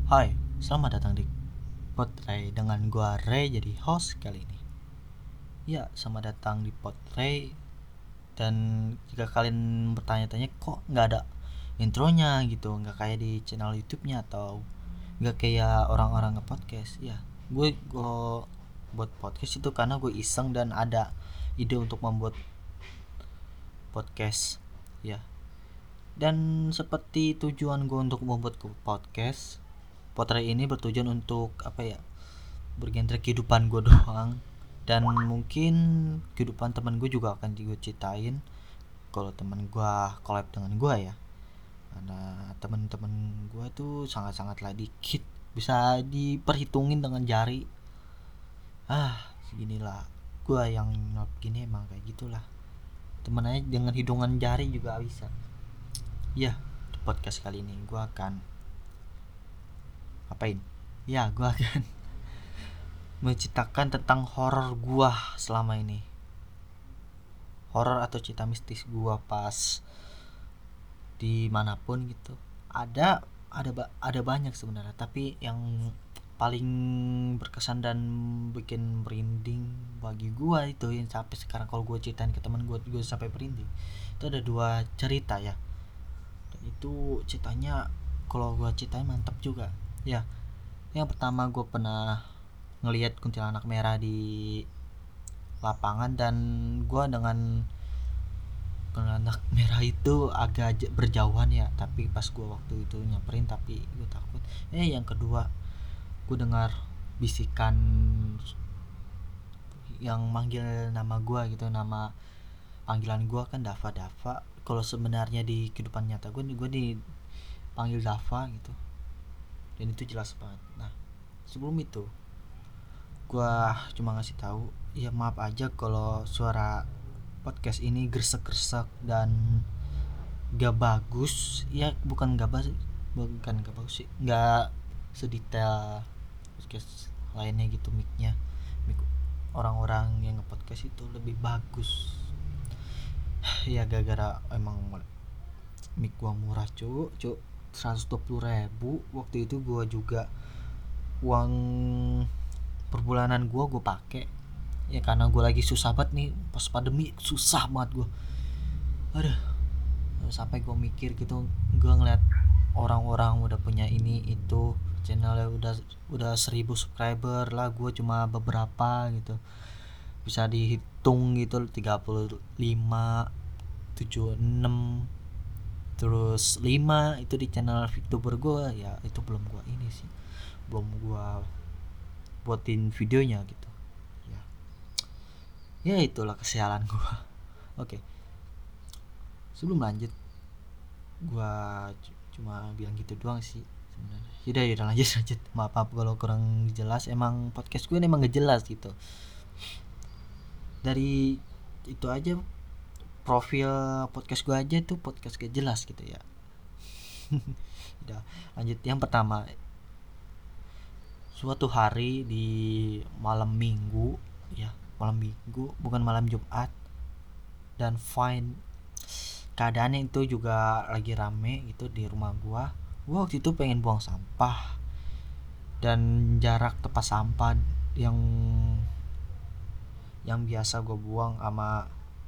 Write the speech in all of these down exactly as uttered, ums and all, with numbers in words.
Hai, selamat datang di Potray dengan gua Ray jadi host kali ini. Ya, selamat datang di Potray. Dan jika kalian bertanya-tanya kok nggak ada intronya gitu, nggak kayak di channel YouTube-nya atau nggak kayak orang-orang nge-podcast, ya gue gue buat podcast itu karena gue iseng dan ada ide untuk membuat podcast, ya. Dan seperti tujuan gue untuk membuat podcast, Potray ini bertujuan untuk apa ya? Bergenre kehidupan gue doang, dan mungkin kehidupan teman gue juga akan gue ceritain kalau teman gue collab dengan gue ya, karena teman-teman gue tuh sangat-sangatlah dikit, bisa diperhitungin dengan jari. Ah, seginilah gue yang gini, emang kayak gitulah, temen aja dengan hitungan jari juga bisa. Ya, di podcast kali ini gue akan apain ya, gue akan menceritakan tentang horor gua selama ini, horor atau cerita mistis gua pas dimanapun gitu. Ada ada ada banyak sebenarnya, tapi yang paling berkesan dan bikin merinding bagi gua itu yang sampai sekarang kalau gua ceritain ke teman gua gua sampai merinding, itu ada dua cerita ya. Dan itu ceritanya kalau gua ceritain mantap juga ya. Yang pertama, gua pernah ngelihat kuntilanak merah di lapangan, dan gua dengan kuntilanak merah itu agak berjauhan ya, tapi pas gue waktu itu nyamperin tapi gue takut. Eh yang kedua, gue dengar bisikan yang manggil nama gue gitu, nama panggilan gue kan Dava Dava. Kalau sebenarnya di kehidupan nyata gue gue dipanggil Dava gitu, dan itu jelas banget. Nah, sebelum itu gue cuma ngasih tahu ya, maaf aja kalau suara podcast ini gresek-gresek dan gak bagus ya. Bukan gak bagus, bukan gak bagus sih, gak sedetail podcast lainnya gitu. Micnya mic orang-orang yang nge-podcast itu lebih bagus ya, gara-gara emang mic gua murah cu cu seratus dua puluh ribu. Waktu itu gua juga uang perbulanan gua gua pakai ya, karena gua lagi susah banget nih pas pandemi, susah banget gua. Aduh, sampai gue mikir gitu, gue ngeliat orang-orang udah punya ini itu channelnya udah udah seribu subscriber lah, gue cuma beberapa gitu, bisa dihitung gitu, tiga puluh lima, tujuh puluh enam, terus lima itu di channel VTuber gue ya. Itu belum gue ini sih, belum gue buatin videonya gitu ya. Ya itulah kesialan gue. Oke, sebelum lanjut gua cuma bilang gitu doang sih sebenarnya. Yaudah yaudah lanjut lanjut. Maaf maaf kalau kurang jelas, emang podcast gue emang gak jelas gitu. Dari itu aja, profil podcast gue aja tuh podcast gak jelas gitu ya. Udah lanjut. Yang pertama, suatu hari di malam minggu ya, malam minggu bukan malam Jumat, dan fine keadaannya itu juga lagi rame gitu di rumah gua. Gua waktu itu pengen buang sampah, dan jarak tempat sampah yang yang biasa gue buang sama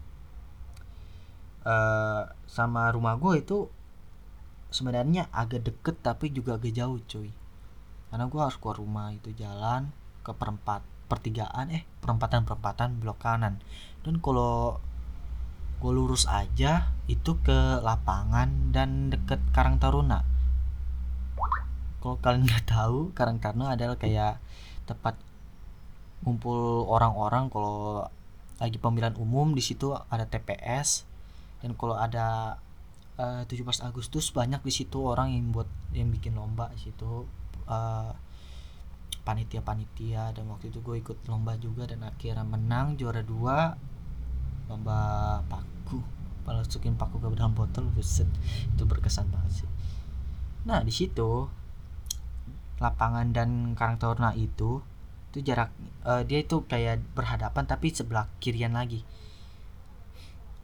uh, sama rumah gue itu sebenarnya agak deket tapi juga agak jauh cuy, karena gue harus keluar rumah itu jalan ke perempat pertigaan eh perempatan perempatan blok kanan, dan kalau gue lurus aja itu ke lapangan dan deket Karang Taruna. Kalau kalian nggak tahu, Karang Taruna adalah kayak tempat ngumpul orang-orang kalau lagi pemilihan umum. Di situ ada T P S, dan kalau ada uh, tujuh belas Agustus banyak di situ orang yang buat yang bikin lomba di situ, uh, panitia-panitia. Dan waktu itu gue ikut lomba juga dan akhirnya menang juara dua, lomba paku, masukin paku ke dalam botol. Buset, itu berkesan banget sih. Nah di situ lapangan dan Karang Taruna itu itu jarak uh, dia itu kayak berhadapan tapi sebelah kirian lagi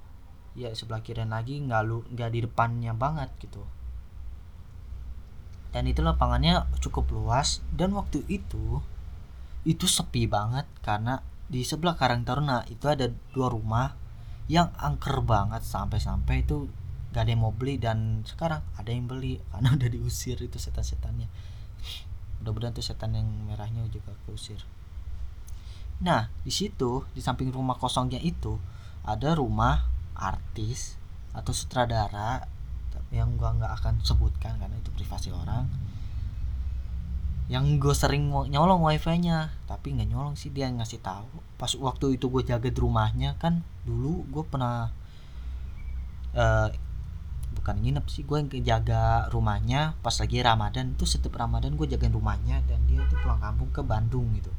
ya, sebelah kirian lagi, nggak lu nggak di depannya banget gitu. dan itu lapangannya cukup luas. Dan waktu itu itu sepi banget karena di sebelah Karang Taruna itu ada dua rumah yang angker banget, sampai-sampai itu gak ada yang mau beli. Dan sekarang ada yang beli karena udah diusir itu setan-setannya. Mudah-mudahan tuh setan yang merahnya juga keusir. Nah di situ di samping rumah kosongnya itu ada rumah artis atau sutradara yang gua nggak akan sebutkan karena itu privasi orang, yang gue sering nyolong wifi-nya. Tapi nggak nyolong sih, dia ngasih tahu pas waktu itu gue jaga di rumahnya. Kan dulu gue pernah uh, bukan nginep sih, gue jaga rumahnya pas lagi Ramadan tuh. Setiap Ramadan gue jagain rumahnya dan dia tuh pulang kampung ke Bandung gitu.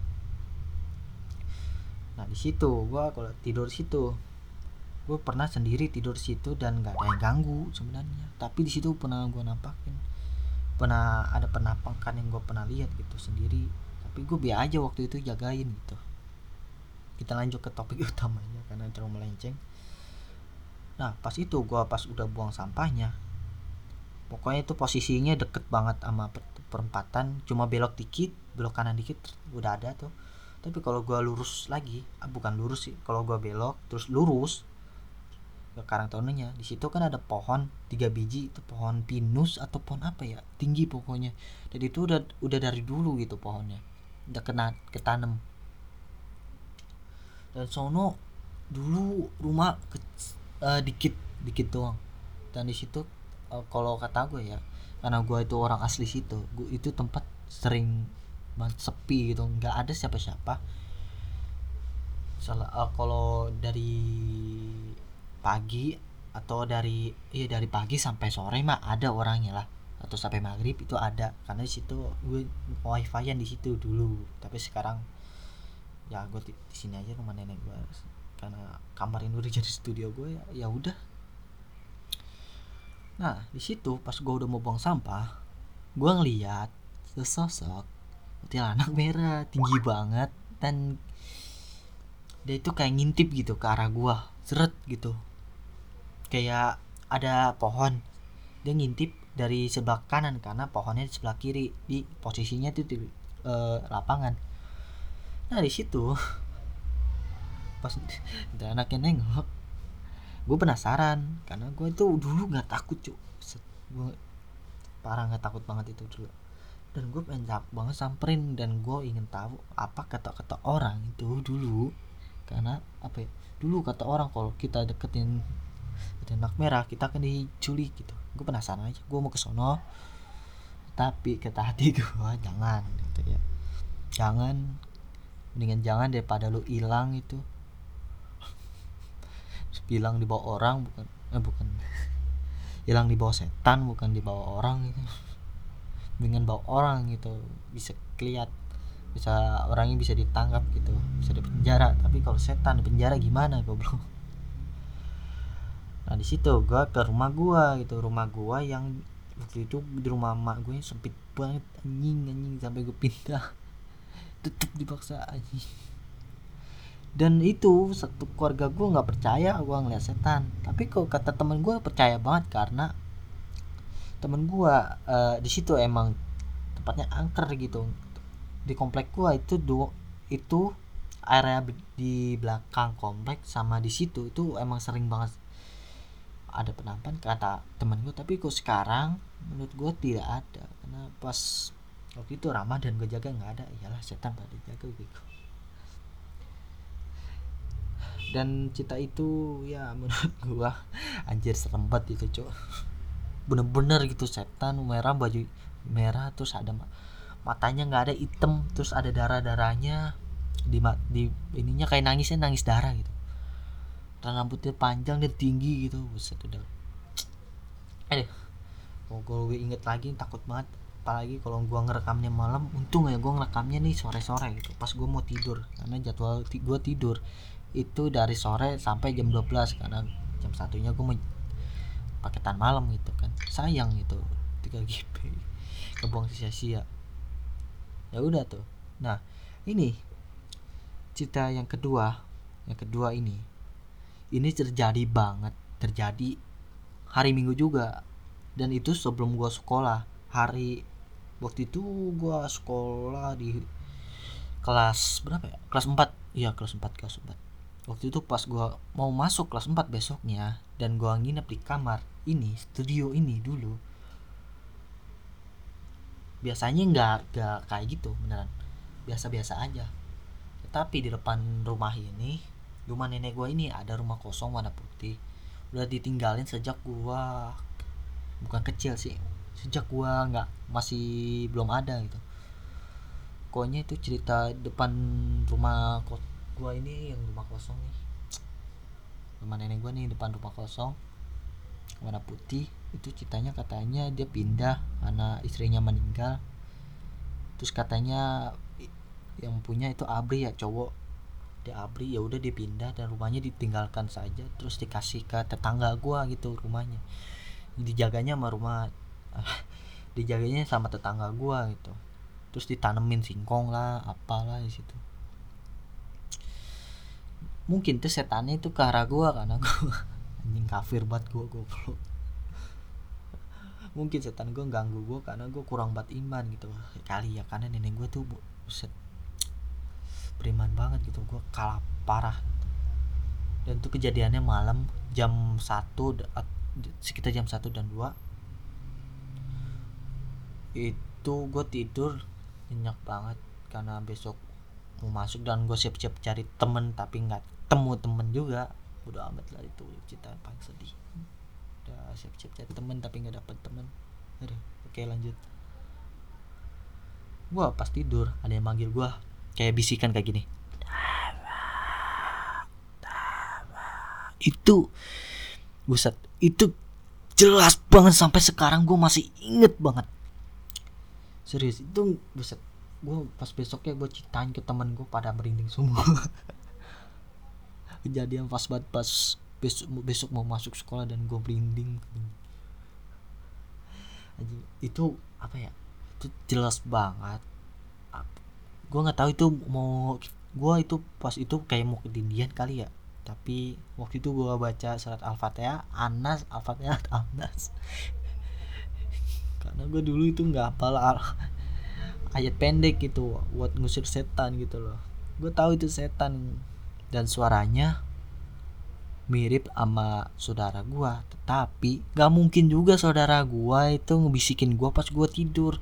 Nah di situ gue kalau tidur situ, gue pernah sendiri tidur situ dan nggak ada yang ganggu sebenarnya. Tapi di situ pernah gue nampakin, pernah ada penampakan yang gue pernah lihat gitu sendiri. Tapi gue biar aja waktu itu jagain gitu. Kita lanjut ke topik utamanya karena terlalu melenceng. Nah pas itu gue pas udah buang sampahnya, pokoknya itu posisinya deket banget sama perempatan, cuma belok dikit, belok kanan dikit udah ada tuh. Tapi kalau gue lurus lagi, ah, bukan lurus sih, kalau gue belok terus lurus ke Karang Tarunanya, di situ kan ada pohon tiga biji, itu pohon pinus atau pohon apa ya, tinggi pokoknya. Dan itu udah udah dari dulu gitu pohonnya, udah kena ketanam. Dan sono dulu rumah ke, uh, dikit dikit doang. Dan di situ uh, kalau kata gue ya, karena gue itu orang asli situ, gue itu tempat sering banget sepi gitu, nggak ada siapa-siapa. Salah uh, kalau dari pagi atau dari iya dari pagi sampai sore mah ada orangnya lah, atau sampai maghrib itu ada, karena di situ gue wifi-an di situ dulu. Tapi sekarang ya gue di, di sini aja rumah nenek gue karena kamar ini udah jadi studio gue ya, ya udah. Nah di situ pas gue udah mau buang sampah, gue ngeliat sesosok kuntilanak merah tinggi banget, dan dia itu kayak ngintip gitu ke arah gue, seret gitu. Kayak ada pohon, dia ngintip dari sebelah kanan karena pohonnya di sebelah kiri, di posisinya tuh di uh, lapangan. Nah di situ pas anaknya nengok, gue penasaran karena gue itu dulu nggak takut cuy, gue parah nggak takut banget itu dulu. Dan gue pengen banget samperin, dan gue ingin tahu apa kata-kata orang itu dulu. Karena apa ya, dulu kata orang kalau kita deketin anak merah kita akan diculik gitu. Gue penasaran aja, gue mau ke sono. Tapi kata hati gue jangan gitu ya, jangan, mendingan jangan daripada lu hilang itu. Hilang di bawah orang bukan eh bukan hilang di bawah setan bukan di bawah orang gitu. Mendingan bawa orang gitu, bisa keliat, bisa orangnya bisa ditangkap gitu, bisa di penjara. Tapi kalau setan di penjara gimana goblok. Nah di situ gue ke rumah gue gitu, rumah gue yang waktu itu di rumah emak gue yang sempit banget anjing anjing sampai gue pindah, tetep dipaksa anjing. Dan itu satu keluarga gue nggak percaya gue ngeliat setan, tapi kok kata temen gue percaya banget karena temen gue uh, di situ emang tempatnya angker gitu. Di komplek gue itu do itu area di belakang komplek sama di situ itu emang sering banget ada penampakan kata temen gue. Tapi kok sekarang menurut gue tidak ada, karena pas waktu itu Ramadan gue jaga nggak ada, iyalah setan pada jaga gitu. Dan cerita itu ya menurut gua anjir serem banget itu cok, bener-bener gitu setan merah, baju merah, terus ada matanya nggak ada, hitam, terus ada darah-darahnya di di ininya kayak nangisnya nangis darah gitu, dan rambutnya panjang dan tinggi gitu. Buset udah eh kalau gue inget lagi takut banget. Apalagi kalau gue ngerekamnya malam, untung ya gue ngerekamnya nih sore-sore gitu pas gue mau tidur, karena jadwal t- gue tidur itu dari sore sampai jam dua belas, karena jam satunya gue mau paketan malam gitu kan, sayang gitu tiga giga kebuang sia-sia. Ya udah tuh. Nah ini cerita yang kedua, yang kedua ini ini terjadi banget, terjadi hari Minggu juga, dan itu sebelum gue sekolah. Hari Waktu itu gua sekolah di kelas berapa ya, kelas empat. Iya kelas empat kelas empat. Waktu itu pas gua mau masuk kelas empat besoknya, dan gua nginep di kamar ini, studio ini dulu. Biasanya nggak nggak kayak gitu beneran, biasa-biasa aja. Tapi di depan rumah ini, rumah nenek gua ini ada rumah kosong warna putih. Udah ditinggalin sejak gua bukan kecil sih, sejak gua nggak masih belum ada gitu. Pokoknya itu cerita depan rumah ko- gua ini yang rumah kosong nih. Rumah nenek gua nih depan rumah kosong warna putih. Itu ceritanya katanya dia pindah karena istrinya meninggal. Terus katanya yang punya itu abri ya, cowok. Dia abri, ya udah dia pindah dan rumahnya ditinggalkan saja, terus dikasih ke tetangga gua gitu rumahnya. Dijaganya sama rumah dijaganya sama tetangga gua gitu. Terus ditanemin singkong lah, apalah di situ. Mungkin tuh setannya itu ke arah gua karena gua anjing kafir banget gua goblok. Mungkin setan gua ganggu gua karena gua kurang banget iman gitu. Kali ya, karena nenek gua tuh buset beriman banget gitu, gua kalah parah. Dan itu kejadiannya malam jam satu, sekitar jam satu dan dua. Itu gue tidur nyenyak banget karena besok mau masuk, dan gue siap-siap cari temen tapi nggak temu temen juga. Udah amat lah, itu cerita paling sedih. Udah siap-siap cari temen tapi nggak dapet temen. Aduh, oke lanjut. Gue pas tidur ada yang manggil gue kayak bisikan kayak gini. Itu buset, itu jelas banget sampai sekarang gue masih inget banget. Serius itu buset. Gue pas besoknya gue ceritain ke temen gue pada merinding semua. Kejadian pas banget pas besok besok mau masuk sekolah dan gue merinding. Itu apa ya, itu jelas banget. Gue nggak tahu itu mau gue itu pas itu kayak mau ketindihan kali ya. Tapi waktu itu gue baca surat Al-Fatihah, Anas, Al-Fatihah, Anas. Karena gue dulu itu nggak hafal ayat pendek gitu buat ngusir setan gitu loh. Gue tahu itu setan dan suaranya mirip sama saudara gue, tetapi gak mungkin juga saudara gue itu ngebisikin gue pas gue tidur.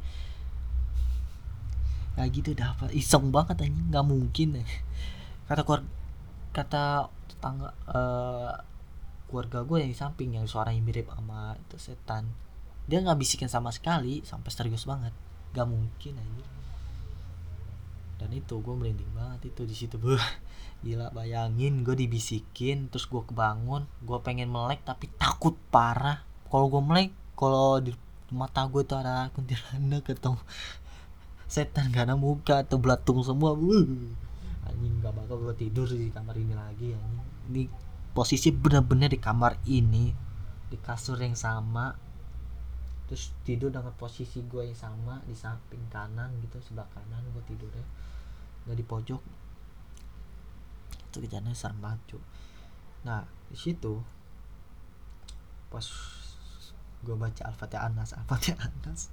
Kayak gitu dah, iseng banget anjing, gak mungkin. Kata keluarga, kata tetangga uh, keluarga gue yang di samping yang suaranya mirip sama itu setan, dia nggak bisikin sama sekali, sampai serius banget, gak mungkin aja. Dan itu gue merinding banget itu di situ. Gila, bayangin gue dibisikin terus gue kebangun, gue pengen melek tapi takut parah. Kalau gue melek, kalau di mata gue tuh ada kuntilanak atau setan gak ada muka atau belatung semua, anjing gak bakal gue tidur di kamar ini lagi anjing. Ini posisi bener-bener di kamar ini, di kasur yang sama, terus tidur dengan posisi gue yang sama di samping kanan gitu, sebelah kanan gue tidurnya, nggak di pojok. Itu kejadiannya serem banget cuy. Nah di situ pas gue baca Al-Fatihah Anas, Al-Fatihah Anas,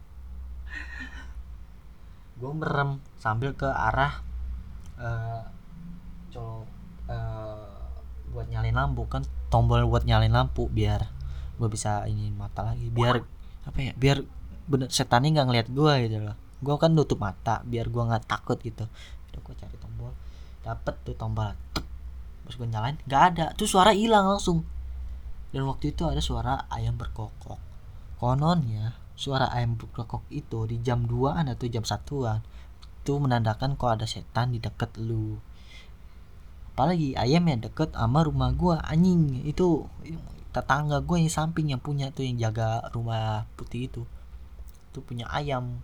gue merem sambil ke arah uh, colok uh, buat nyalain lampu kan, tombol buat nyalain lampu biar gue bisa ini mata lagi, biar apa ya, biar bener setannya nggak ngeliat gue gitu loh. Gue kan nutup mata biar gue nggak takut gitu. Udah gue cari tombol, dapet tuh tombol, terus gue nyalain, nggak ada tuh, suara hilang langsung. Dan waktu itu ada suara ayam berkokok. Kononnya suara ayam berkokok itu di jam duaan atau jam satuan itu menandakan kok ada setan di deket lu. Apalagi ayam yang deket sama rumah gue, anjing. Itu tetangga gue yang samping yang punya tuh, yang jaga rumah putih itu tuh punya ayam.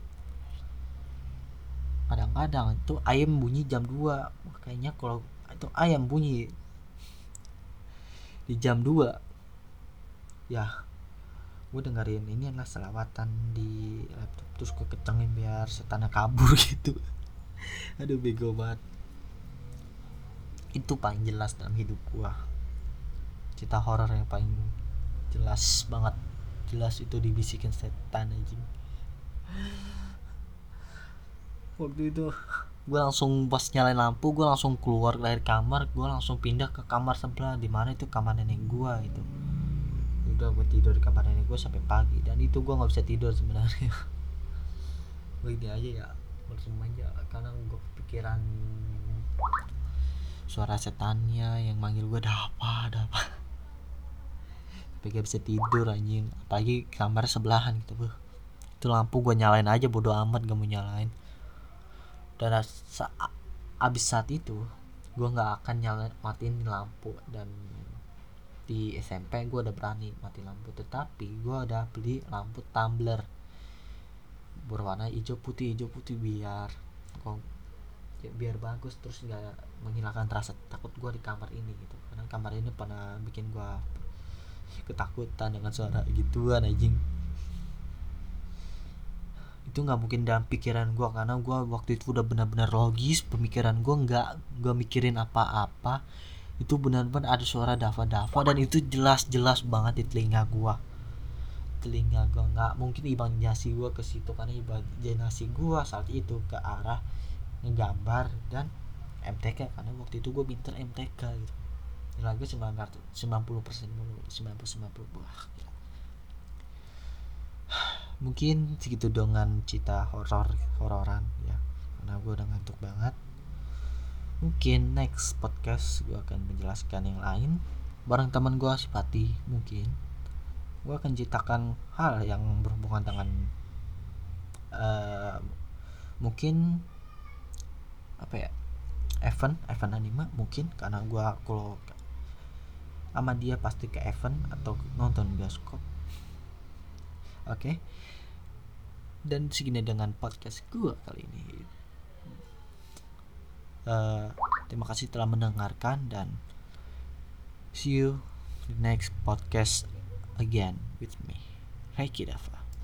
Kadang-kadang itu ayam bunyi jam dua. Makanya kalau itu ayam bunyi di jam dua, ya gue dengerin ini adalah selawatan di laptop, terus gue kencengin biar setannya kabur gitu. Aduh bego banget. Itu paling jelas dalam hidup gue, cerita horor yang paling jelas banget. Jelas itu dibisikin setan anjing. Waktu itu gue langsung pas nyalain lampu, gue langsung keluar dari kamar, gue langsung pindah ke kamar sebelah, di mana itu kamar nenek gue gitu. Udah gue tidur di kamar nenek gue sampai pagi, dan itu gue nggak bisa tidur sebenarnya. Begini aja ya, bersama aja, karena gue kepikiran suara setannya yang manggil gue, ada apa, ada apa. Sampai gak bisa tidur anjing, apalagi kamar sebelahan gitu. Buh. Itu lampu gue nyalain aja, bodo amat gak mau nyalain. Dan sa- abis saat itu gue nggak akan nyalain matiin lampu. Dan di S M P gue udah berani mati lampu, tetapi gue udah beli lampu tumbler berwarna hijau putih hijau putih biar kok ya, biar bagus, terus nggak menghilangkan rasa takut gue di kamar ini gitu, karena kamar ini pernah bikin gue ketakutan dengan suara gituan anjing. Itu nggak mungkin dalam pikiran gue, karena gue waktu itu udah benar-benar logis, pemikiran gue nggak gue mikirin apa-apa. Itu benar-benar ada suara dava-dava, dan itu jelas-jelas banget di telinga gue. Telinga gue nggak mungkin imajinasi gue ke situ, karena imajinasi gue saat itu ke arah ngegambar dan M T K, karena waktu itu gue pinter M T K gitu. Nilai gue sembilan puluh persen mulu, sembilan puluh sembilan puluh wah gila. Mungkin segitu dengan cerita horor hororan ya, karena gue udah ngantuk banget. Mungkin next podcast gue akan menjelaskan yang lain bareng teman gue si Pati. Mungkin gue akan ceritakan hal yang berhubungan dengan uh, mungkin apa ya, event event anime mungkin, karena gue kalau sama dia pasti ke event atau nonton bioskop. Oke okay. Dan segini dengan podcast gue kali ini. Uh, terima kasih telah mendengarkan, dan see you the next podcast again with me, Reiki Dava.